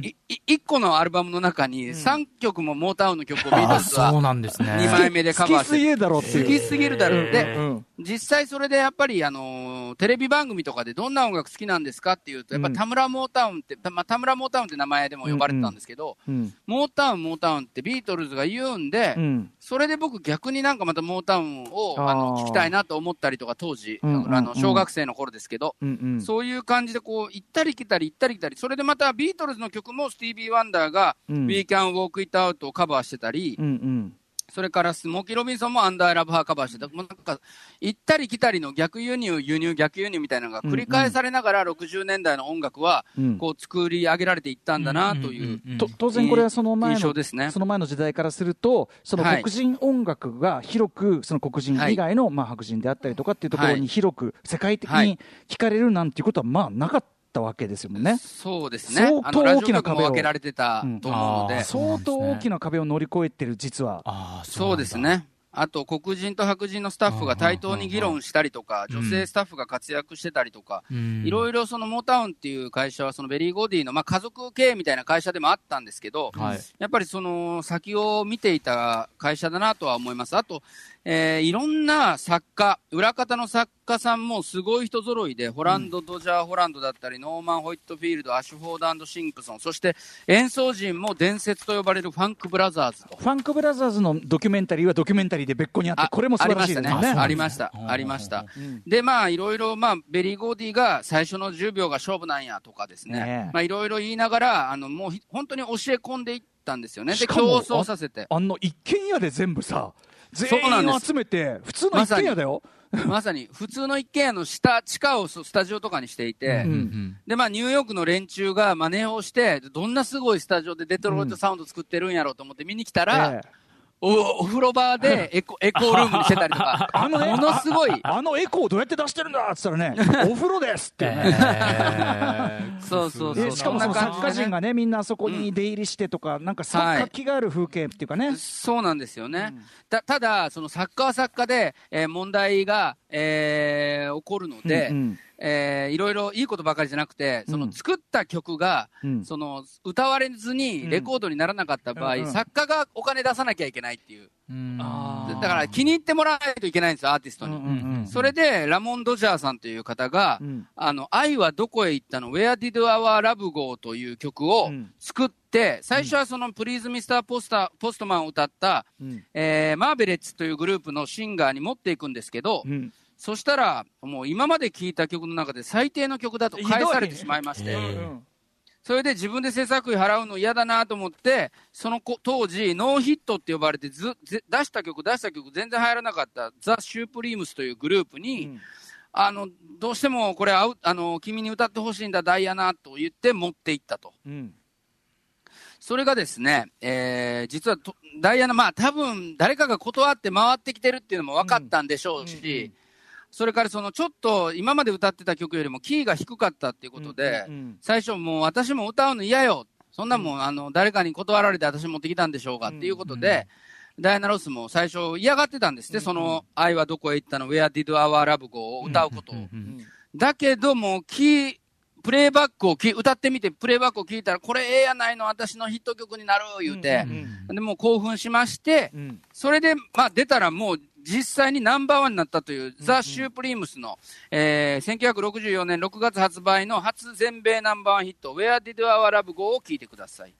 いいいっこのアルバムの中にさんきょくもモータウンの曲をビートルズはにまいめでカバーしてる。好きすぎるだろうっていう。好きすぎるだろう。で、うんうん、実際それでやっぱり、あのー、テレビ番組とかでどんな音楽好きなんですかっていうと、やっぱ田村モータウンって、まあ、田村モータウンって名前でも呼ばれてたんですけど、うんうん、モータウン、モータウンってビートルズが言うんで、うん、それで僕逆になんかまたモータウンをあの聞きたいなと思ったりとか、当時、うんうんうん、あの小学生の頃ですけど、うんうん、そういう感じでこう行ったり来たり行ったり来たり、それでまたビートルズの曲もスティービー・ワンダーが、うん、We Can Walk It Out をカバーしてたり、うんうん、それからスモーキー・ロビンソンもアンダーラブハーカバーしてた。もうなんか行ったり来たりの逆輸入、輸入、逆輸入みたいなのが繰り返されながらろくじゅうねんだいの音楽はこう作り上げられていったんだなという、 当然これはその前の、ね、その前の時代からすると、その黒人音楽が広くその黒人以外のまあ白人であったりとかっていうところに広く世界的に聞かれるなんていうことはまあなかったたわけですよね。 そうですね。相当大きな壁を分けられてたと思うので、うん、 相当大きな壁を乗り越えてる実は。 あ、そうですね。あと黒人と白人のスタッフが対等に議論したりとか、女性スタッフが活躍してたりとか、いろいろそのモータウンっていう会社はそのベリー・ゴディのまあ家族経営みたいな会社でもあったんですけど、はい、やっぱりその先を見ていた会社だなとは思います。あと、えー、いろんな作家、裏方の作家さんもすごい人揃いで、ホランド・ドジャー・ホランドだったり、ノーマン・ホイットフィールド、アシュフォード&シンプソン、そして演奏陣も伝説と呼ばれるファンク・ブラザーズと。 ファンク・ブラザーズのドキュメンタリーはドキュメンタリーで別個にあって、これも素晴らしいですね。 ありましたね。ありました。で、まあ、いろいろ、まあ、ベリー・ゴーディが最初のじゅうびょうが勝負なんやとかですね、ね、まあ、いろいろ言いながら、あの、もう本当に教え込んでいったんですよね。で、競争させて。 あの、一軒家で全部さ、全員を集めて、普通の一軒家だよ。 まさに、まさに普通の一軒家の下、地下をスタジオとかにしていて、うんうん、で、まあ、ニューヨークの連中が真似をして、どんなすごいスタジオでデトロイトサウンド作ってるんやろうと思って見に来たら、うんええ、お, お風呂場でエコエコールームにしてたりとか、あのものすごい、 あのエコーどうやって出してるんだって言ったらね、お風呂ですって、ねえー、そうそうそう、 しかもその作家陣がね、みんなあそこに出入りしてとか、うん、なんか活気がある風景っていうかね、はい、 そうなんですよね。うん、た, ただ、その作家は作家で、えー、問題が、えー、起こるので、うんうん、えー、いろいろいいことばかりじゃなくて、その作った曲が、うん、その歌われずにレコードにならなかった場合、うん、作家がお金出さなきゃいけないっていう。うん、だから気に入ってもらわないといけないんですよ、アーティストに。うんうんうん、それで、ラモン・ドジャーさんという方が、うん、あの、愛はどこへ行ったの ?Where did our love go? という曲を作って、最初はその Please ミスター ポスター、ポストマンを歌った、うん、えー、マーベレッツというグループのシンガーに持っていくんですけど、うん、そしたら、もう今まで聴いた曲の中で最低の曲だと返されてしまいまして、それで自分で制作費払うの嫌だなと思って、その当時、ノーヒットって呼ばれてず、出した曲、出した曲全然入らなかったザ・シュープリームスというグループに、うん、あの、どうしてもこれああの、君に歌ってほしいんだ、ダイアナと言って持っていったと。うん、それがですね、えー、実はダイアナ、まあ多分誰かが断って回ってきてるっていうのも分かったんでしょうし、うんうんうん、それからそのちょっと今まで歌ってた曲よりもキーが低かったっていうことで、うんうんうん、最初もう私も歌うの嫌よ。そんなもん、うん、あの、誰かに断られて私持ってきたんでしょうかっていうことで、うんうん、ダイアナ・ロスも最初嫌がってたんですって、うんうん、その愛はどこへ行ったの Where did our love go を歌うことを。うんうんうん、だけども、キー、プレイバックをき歌ってみて、プレイバックを聞いたら、これええやないの、私のヒット曲になる、言うて、うんうんうん、でもう興奮しまして、うん、それで、まあ出たらもう実際にナンバーワンになったという、うんうん、ザ・シュープリームスの、えー、せんきゅうひゃくろくじゅうよねんろくがつ発売の初全米ナンバーワンヒット、Where Did Our Love Go を聞いてください。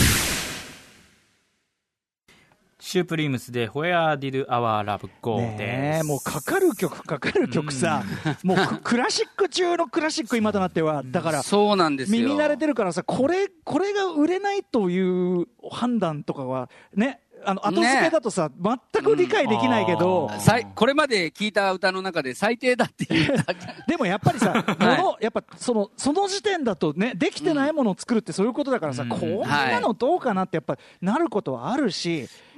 シュープリームスで Where Did Our Love Go です。 もうかかる曲かかる曲さ、うん、もうクラシック中のクラシック今となっては、だからそうなんですよ、 耳慣れてるからさ、これこれが売れないという判断とかはね、あの後付けだとさ、ね、全く理解できないけど、 うん、これまで聞いた歌の中で最低だっていうでもやっぱりさ、はい、やっぱそのその時点だとね、できてないものを作るってそういうことだからさ、うん、こんなのどうかなってやっぱなることはあるし、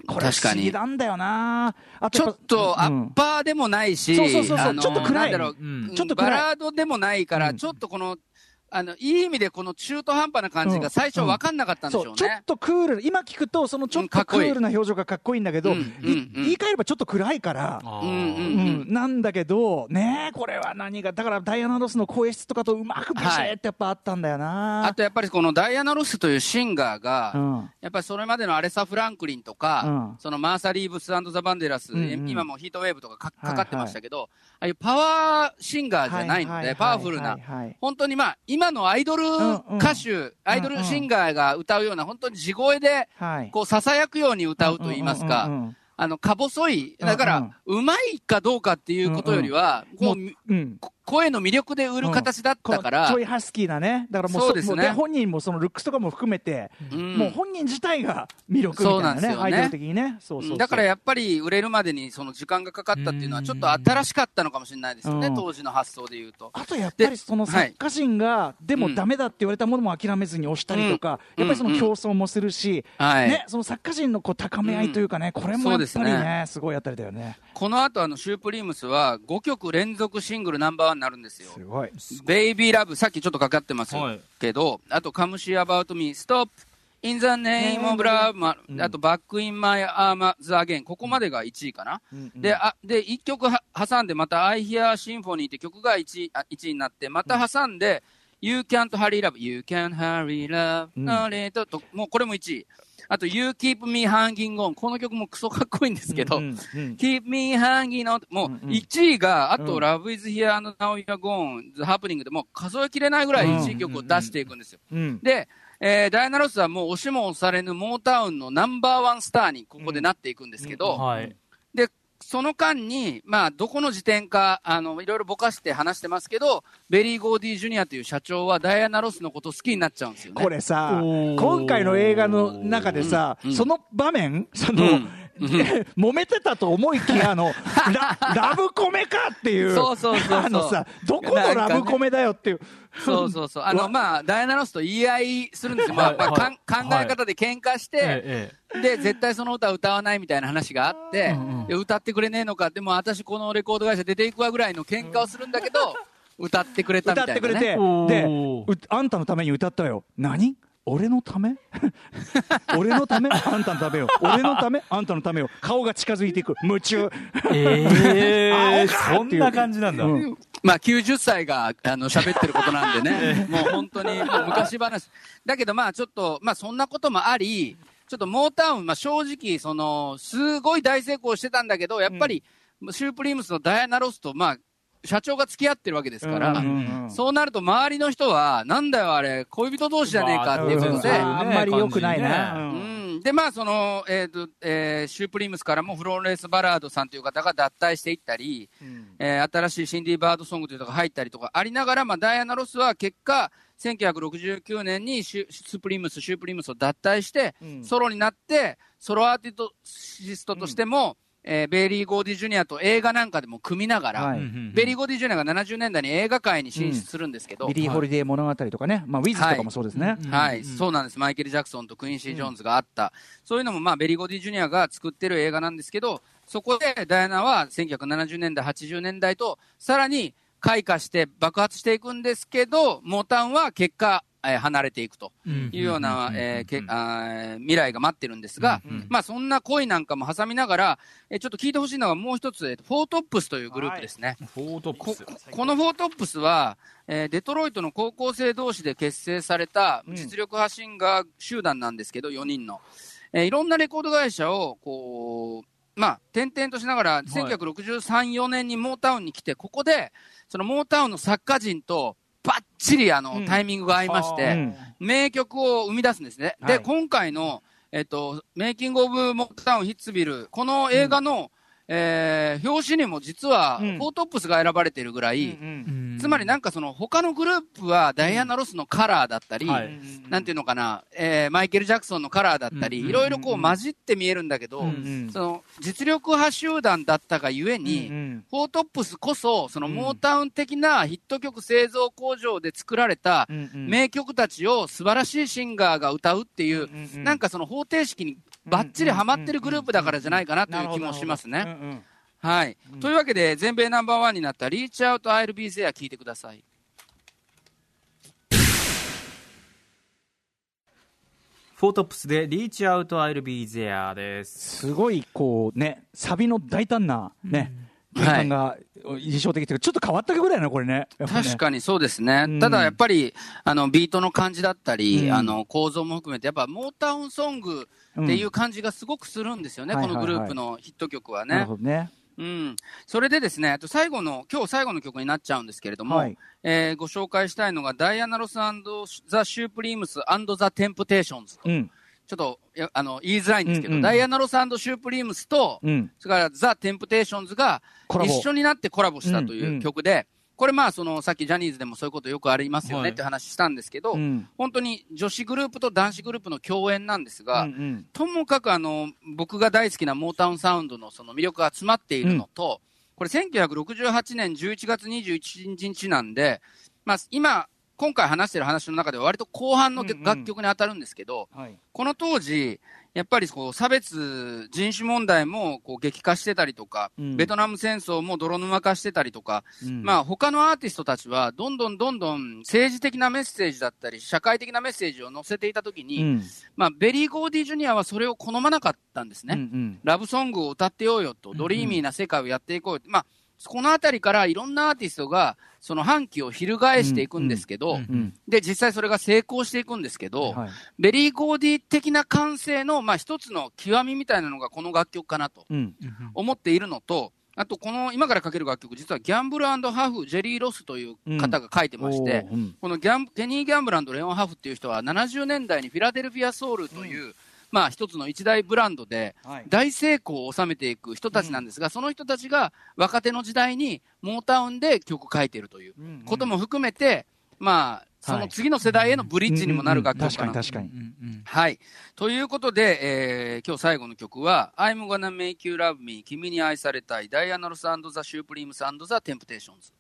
これ不思議なんだよな。 あとちょっとアッパーでもないし、 そうそうそうそう、ちょっと暗い、 なんだろう、うん、ちょっとバラードでもないから、うん、ちょっとこのあのいい意味でこの中途半端な感じが最初分かんなかったんでしょうね、うんうん、 ちょっとクール、今聞くとそのちょっとクールな表情がかっこいいんだけど、うん、言い換えればちょっと暗いから、うんうんうん、なんだけどね、これは何がだからダイアナ・ロスの声質とかとうまくビシッってやっぱあったんだよな、 はい、あとやっぱりこのダイアナ・ロスというシンガーが、うん、やっぱりそれまでのアレサ・フランクリンとか、うん、そのマーサ・リーブス&ザ・バンデラス、うんうん、今もヒートウェーブとか か, かかってましたけど、はいはい、ああいうパワーシンガーじゃないので、はいはいはいはい、パワフルな、本当にまあ今のアイドル歌手、うんうん、アイドルシンガーが歌うような本当に地声でこうささやくように歌うと言いますか、あのか細い、だからうまいかどうかっていうことよりはこう、うん、声の魅力で売る形だったから、うん、 ちょいハスキーなね、だからもうそうですね、もう本人もそのルックスとかも含めて、うん、もう本人自体が魅力みたいなね、アイドル的にね、そうそうそう、 だからやっぱり売れるまでにその時間がかかったっていうのはちょっと新しかったのかもしれないですよね、うん、当時の発想でいうと。 あとやっぱりその作家陣が、はい、でもダメだって言われたものも諦めずに押したりとか、うん、やっぱりその競争もするし、うんうんね、その作家陣のこう高め合いというかね、うん、これもやっぱりね、すごいあたりだよね。 この後あのシュープリームスはごきょく連続シングルナンバーワンになるんですよ。 すごい。 ベイビーラブ、さっきちょっとかかってますけど、はい、あとカムシーアバウトミー、ストップ、インザネームオブラブ、あとバックインマイアーマーズアゲン、ここまでがいちいかな。うんうん、で、あ、で、いっきょく挟んで、また I Hear Symphony って曲がいちい、あいちいになって、また挟んで、うん、You Can't Hurry Love、You Can't Hurry Love、うん、のレートと、もうこれもいちい。あと You Keep Me Hanging On、 この曲もクソかっこいいんですけど、うんうんうん、Keep Me Hanging On、 もういちいが、あと Love Is Here and Now You're Gone、 The Happening でもう数えきれないぐらいいちい曲を出していくんですよ、うんうんうん、で、えー、ダイアナ・ロスはもう押しも押されぬモータウンのナンバーワンスターにここでなっていくんですけど、うんうんはい、でその間に、まあ、どこの時点かあのいろいろぼかして話してますけど、ベリー・ゴーディー・ジュニアという社長はダイアナ・ロスのことを好きになっちゃうんですよね。 これさ、今回の映画の中でさ、うんうん、その場面その、うん揉めてたと思いきやのラ, ラブコメかっていう、 そうそうそうそう、 あのさ、どこのラブコメだよっていう、 そうそうそう、あのまあダイアナ・ロスと言い合いするんですよ、まあまあ、はい、考え方で喧嘩して、はい、で絶対その歌を歌わないみたいな話があって、うんうん、歌ってくれねえのか、でも私このレコード会社出ていくわぐらいの喧嘩をするんだけど、うん、歌ってくれたみたいな、ね、歌ってくれて、であんたのために歌ったよ、何俺のため俺のためあんたのためよ、俺のためあんたのためよ、顔が近づいていく、夢中、 えー、そんな感じなんだ、うん、 まあきゅうじゅっさいがあの喋ってることなんでねもう本当にもう昔話だけど、まあちょっとまあそんなこともあり、ちょっとモータウン、まあ、正直そのすごい大成功してたんだけど、やっぱり、うん、シュープリームスのダイアナ・ロスとまあ社長が付き合ってるわけですから、うんうんうん、そうなると周りの人はなんだよあれ恋人同士じゃねえかっていうことで、 まあ、あんまり良くないな、 うんうん、でまあその、えーとえー、シュープリームスからもフローレンス・バラードさんという方が脱退していったり、うんえー、新しいシンディ・バードソングというのが入ったりとかありながら、まあ、ダイアナ・ロスは結果せんきゅうひゃくろくじゅうきゅうねんにシュスプリームスシュープリームスを脱退して、うん、ソロになってソロアーティストとしても、うんえー、ベリー・ゴーディ・ジュニアと映画なんかでも組みながら、はい、ベリー・ゴーディ・ジュニアがななじゅうねんだいに映画界に進出するんですけど、 うん、ビリー・ホリデー物語とかね、まあ、ウィズとかもそうですね、 はいはいうん、そうなんです。マイケル・ジャクソンとクインシー・ジョーンズがあった、うん、そういうのも、まあ、ベリー・ゴーディ・ジュニアが作ってる映画なんですけど、そこでダイアナはせんきゅうひゃくななじゅうねんだいはちじゅうねんだいとさらに開花して爆発していくんですけど、モータウンは結果えー、離れていくというような未来が待ってるんですが、うんうん、まあそんな恋なんかも挟みながら、えー、ちょっと聞いてほしいのがもう一つ、えー、フォートップスというグループですね。 はい、フォートップス こ, このフォートップスは、えー、デトロイトの高校生同士で結成された実力派シンガー集団なんですけど、よにんの、えー、いろんなレコード会社をこうまあ転々としながら、せんきゅうひゃくろくじゅうさん、よねんにモータウンに来て、ここでそのモータウンの作家陣とバッチリあの、うん、タイミングが合いまして、うん、名曲を生み出すんですね。はい、で、今回の、えっと、メイキング・オブ・モータウン・ヒッツビル、この映画の、うんえー、表紙にも実は、フォートップスが選ばれているぐらい、うんうん、つまりなんかその他のグループはダイアナ・ロスのカラーだったり、うんはい、なんていうのかな、えー、マイケル・ジャクソンのカラーだったり、いろいろこう混じって見えるんだけど、うんうん、その実力派集団だったがゆえに、うんうん、フォートップスこそそのモータウン的なヒット曲製造工場で作られた名曲たちを素晴らしいシンガーが歌うっていう、うんうん、なんかその方程式にばっちりハマってるグループだからじゃないかなという気もしますね。はい、うん、というわけで全米ナンバーワンになったリーチアウト I'll be there 聞いてください。 フォートップスでリーチアウト I'll be there です。 すごいこうねサビの大胆なね、うん、感が印象的というかちょっと変わった曲だよねこれ ね, ね確かにそうですね、うん、ただやっぱりあのビートの感じだったり、うん、あの構造も含めてやっぱモータウンソングっていう感じがすごくするんですよね、うん、このグループのヒット曲はね。 なるほどね。 うん、それでですね、あと最後の今日最後の曲になっちゃうんですけれども、はい、えー、ご紹介したいのがダイアナ・ロス&ザ・シュープリームス&ザ・テンプテーションズと、うん、ちょっとあの言いづらいんですけど、うんうん、ダイアナ・ロス&シュープリームスと、うん、それからザ・テンプテーションズが一緒になってコラボしたという曲で、うんうん、これまあそのさっきジャニーズでもそういうことよくありますよねって話したんですけど、はい、うん、本当に女子グループと男子グループの共演なんですが、うんうん、ともかくあの僕が大好きなモータウンサウンドのその魅力が詰まっているのと、うん、これせんきゅうひゃくろくじゅうはちねんじゅういちがつにじゅういちにちなんで、まあ、今今回話している話の中では割と後半の楽曲に当たるんですけど、うんうん、はい、この当時やっぱりこう差別人種問題もこう激化してたりとか、うん、ベトナム戦争も泥沼化してたりとか、うん、まあ他のアーティストたちはどんどんどんどん政治的なメッセージだったり社会的なメッセージを載せていたときに、うん、まあベリー・ゴーディ・ジュニアはそれを好まなかったんですね、うんうん、ラブソングを歌ってようよと、ドリーミーな世界をやっていこうよと、まあこのあたりからいろんなアーティストがその反旗を翻していくんですけど、うんうんうん、で実際それが成功していくんですけど、はい、ベリー・ゴーディ的な感性の、まあ、一つの極みみたいなのがこの楽曲かなと思っているのと、あとこの今からかける楽曲実はギャンブル&ハフジェリー・ロスという方が書いてまして、うんうん、このギャンケニー・ギャンブル&レオン・ハフっていう人はななじゅうねんだいにフィラデルフィア・ソウルという、うん、まあ一つの一大ブランドで大成功を収めていく人たちなんですが、その人たちが若手の時代にモータウンで曲書いているということも含めて、まあその次の世代へのブリッジにもなる楽曲かなと。 確かに確かに。 はい。ということで、えー、今日最後の曲は I'm gonna make you love me 君に愛されたいダイアナ・ロス&ザ・シュープリームス&ザ・テンプテーションズ。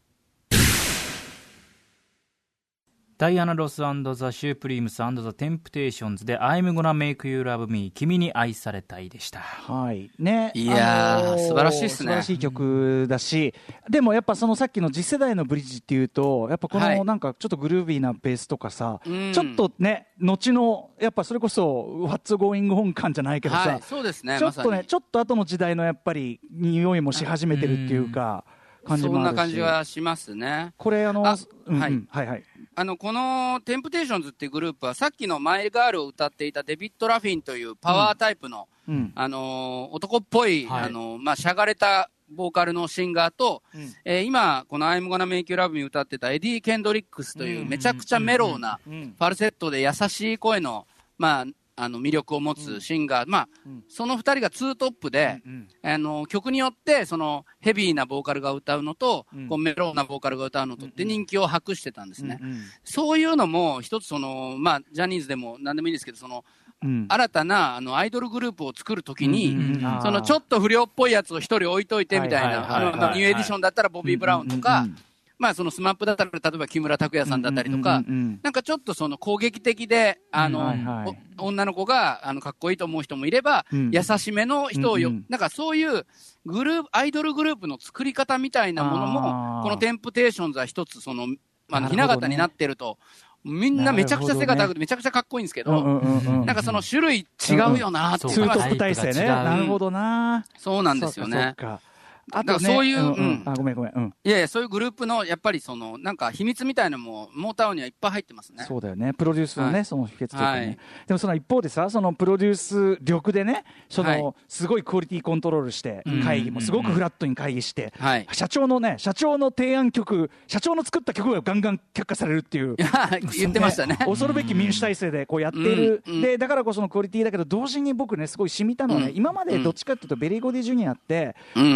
ダイアナ・ロス&ザ・シュープリームス&ザ・テンプテーションズで I'm gonna make you love me 君に愛されたいでした。 はいね、 いやー、あのー、素晴らしいですね。 素晴らしい曲だし、でもやっぱそのさっきの次世代のブリッジっていうとやっぱこのなんかちょっとグルービーなベースとかさ、はい、ちょっとね後のやっぱそれこそ What's Going On 感じゃないけどさ、はい、 そうですね、 ちょっとね、ま、ちょっと後の時代のやっぱり匂いもし始めてるっていうか、うん、感じもあるし、 そんな感じはしますね。 これあのあ、うん、はい、はいはい、 あのこのテンプテーションズっていうグループはさっきのマイガールを歌っていたデビッド・ラフィンというパワータイプの、うん、あのー、男っぽい、はい、あのー、まあ、しゃがれたボーカルのシンガーと、うん、えー、今この I'm gonna make you love me 歌ってたエディ・ケンドリックスというめちゃくちゃメローなファルセットで優しい声の、まああの魅力を持つシンガー、うん、まあ、うん、そのふたりがツートップで、うん、あの曲によってそのヘビーなボーカルが歌うのと、うん、こうメローなボーカルが歌うのとって人気を博してたんですね、うんうん、そういうのも一つその、まあ、ジャニーズでも何でもいいんですけどその、うん、新たなあのアイドルグループを作るときに、うんうんうん、そのちょっと不良っぽいやつを一人置いといてみたいな、ニューエディションだったらボビー・ブラウンとか、うんうんうん、まあ、そのスマップだったら例えば木村拓哉さんだったりとか、うんうんうん、なんかちょっとその攻撃的であの、うんはいはい、女の子があのかっこいいと思う人もいれば、うん、優しめの人をよ、うんうん、なんかそういうグループアイドルグループの作り方みたいなものもこのテンプテーションズは一つその、まあ、ひな形になってると。みんなめちゃくちゃ背が高くてめちゃくちゃかっこいいんですけど、うんうんうんうん、なんかその種類違うよなっていうのが、 ツートップ体制ね。なるほどな。 そうなんですよね。 そうかそうか、 あとね、そういう、うんうん、 あ、ごめんごめん、うん、 いやいや、そういうグループのやっぱりそのなんか秘密みたいなのもモータウンにはいっぱい入ってますね。 そうだよね、プロデュースのね、はい、その秘訣というかね、はい、でもその一方でさ、そのプロデュース力でね、その、はい、すごいクオリティコントロールして会議もすごくフラットに会議して、はい、社長のね、社長の提案曲、社長の作った曲がガンガン却下されるっていう、 言ってましたね。 恐るべき民主体制でこうやっている、うんうん、でだからこそのクオリティだけど同時に僕ねすごい染みたのはね、うん、今までどっちかっていうとベリー・ゴディ・ジュニアって、うん、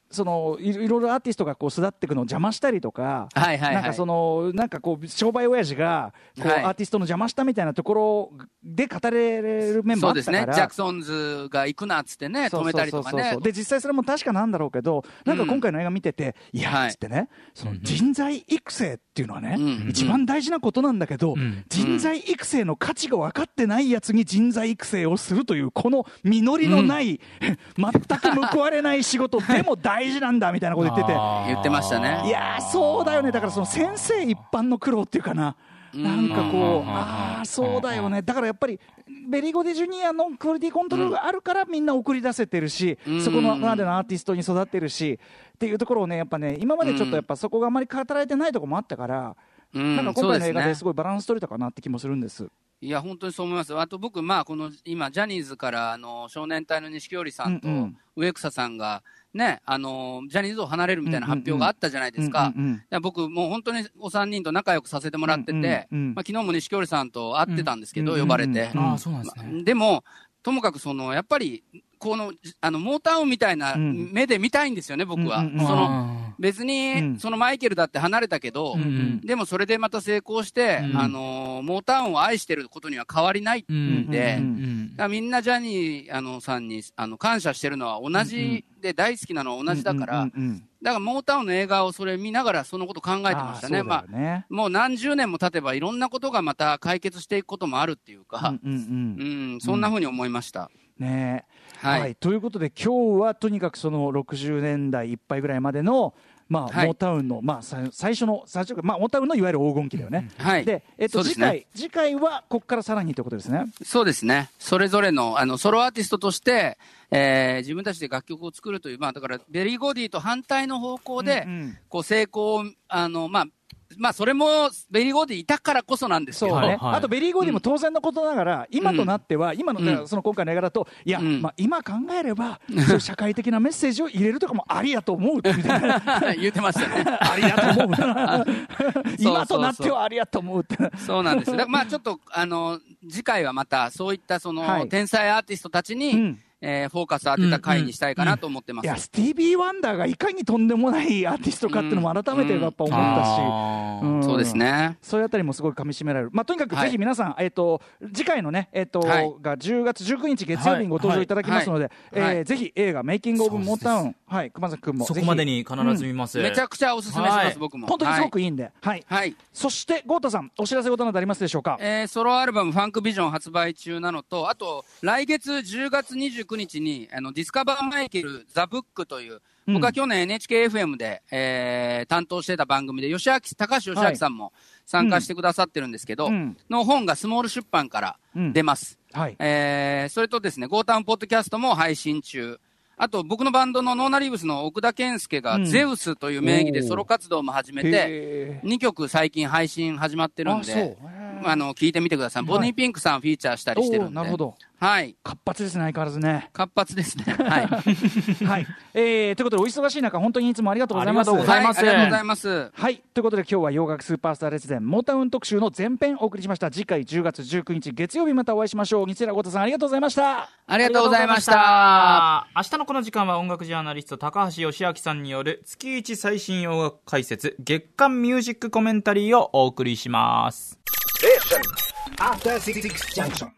そのいろいろアーティストがこう巣立っていくのを邪魔したりとか、 はいはいはい、 なんかそのなんかこう商売親父がこう、はい、アーティストの邪魔したみたいなところで語れる面もあったから、そうですね、 ジャクソンズが行くなっつってね、止めたりとかね。 で実際それも確かなんだろうけど、なんか今回の映画見てて、うん、いやっつってね、はい、その人材育成っていうのはね、うん、一番大事なことなんだけど、うん、人材育成の価値が分かってないやつに人材育成をするというこの実りのない、うん、全く報われない仕事でも大事なんだみたいなこと言ってて言ってましたね。 いやそうだよね。だからその先生一般の苦労っていうかな、なんかこう、ああそうだよね。だからやっぱりベリー・ゴディ・ジュニアのクオリティコントロールがあるからみんな送り出せてるし、うん、そこのまでのアーティストに育ってるしっていうところをね、やっぱね今までちょっとやっぱそこがあまり語られてないところもあったから、うん、なんか今回の映画ですごいバランス取れたかなって気もするんです。 いや本当にそう思います。あと僕、まあ、この今ジャニーズからあの少年隊の錦織さんと植草さんが、ね、あのジャニーズを離れるみたいな発表があったじゃないですか。僕もう本当にお三人と仲良くさせてもらってて、うんうんうんまあ、昨日も錦織さんと会ってたんですけど、うん、呼ばれて、 うんうんうん、あそうなんですね。 でもともかくそのやっぱりこのあのモータウンみたいな目で見たいんですよね、僕は。うんうんうん、その別にそのマイケルだって離れたけど、うんうん、でもそれでまた成功して、うん、あのモータウンを愛してることには変わりないんで、うんうんうん、だからみんなジャニーあのさんにあの感謝してるのは同じで、大好きなのは同じだから、うんうんうん、だからモータウンの映画をそれ見ながらそのこと考えてましたね。あまあ、もう何十年も経てばいろんなことがまた解決していくこともあるっていうか、うんうんうんうん、そんな風に思いました。 ねはいはい、ということで今日はとにかくそのろくじゅうねんだいいっぱいぐらいまでの、まあはい、モータウンの、まあ、最初の最初、まあ、モータウンのいわゆる黄金期だよね、うんはい、で、えっと、次回、次回はここからさらにということですね。 そうですね。それぞれ の, あのソロアーティストとして、えー、自分たちで楽曲を作るという、まあ、だからベリー・ゴディと反対の方向で、うんうん、こう成功をあの、まあまあ、それもベリー・ゴディいたからこそなんですけど、 ねはい、あとベリー・ゴディも当然のことながら、うん、今となっては、今の、うん、その今回の映画だと、いや、うんまあ、今考えれば、そういう社会的なメッセージを入れるとかもありやと思うみたいな言ってましたね。 ありやと思う今となってはありやと思うってそうなんですよ。だからまあちょっとあの次回はまたそういったその、はい、天才アーティストたちに、うんえー、フォーカス当てた回にしたいかなと思ってます。 うんうん、いやスティービー・ワンダーがいかにとんでもないアーティストかっていうのも改めてやっぱ思ったし、 うんうん、そうですね。 そういうあたりもすごい噛み締められる。まあ、とにかくぜひ皆さん、はい、えー、と次回のね、えーとはい、がじゅうがつじゅうくにち月曜日にご登場いただきますので、はいはいえー、ぜひ映画メイキング・オブ・モータウン、はい、熊崎君もそこまでに必ず見ます、 うん、めちゃくちゃおすすめします、はい、僕も本当にすごくいいんで、はいはい、そして豪太さんお知らせ事などありますでしょうか。 えー、ソロアルバムファンクビジョン発売中なのと、あと来月じゅうがつにじゅうくにちにあのディスカバーマイケルザ・ブックという、うん、僕は去年 エヌエイチケーエフエム で、えー、担当してた番組で吉明高橋義明さんも参加してくださってるんですけど、はいうん、の本がスモール出版から出ます、うんはいえー、それとですねゴータウンポッドキャストも配信中。あと僕のバンドのノーナリーブスの奥田健介がゼウスという名義でソロ活動も始めて、にきょく最近配信始まってるんで、あの聞いてみてください。ボニーピンクさんフィーチャーしたりしてるんで。 なるほど。 はい。 活発ですね、相変わらずね。 活発ですね。はい。 はい。えー、ということでお忙しい中本当にいつもありがとうございます。 ありがとうございます。 はい、ありがとうございます。 はい。ということで今日は洋楽スーパースター列伝モータウン特集の前編をお送りしました。次回じゅうがつじゅうくにち月曜日またお会いしましょう。西浦豪太さんありがとうございました。 ありがとうございました。 明日のこの時間は音楽ジャーナリスト高橋義明さんによる月一最新洋楽解説月刊ミュージックコメンタリーをお送りします。After シックス Junction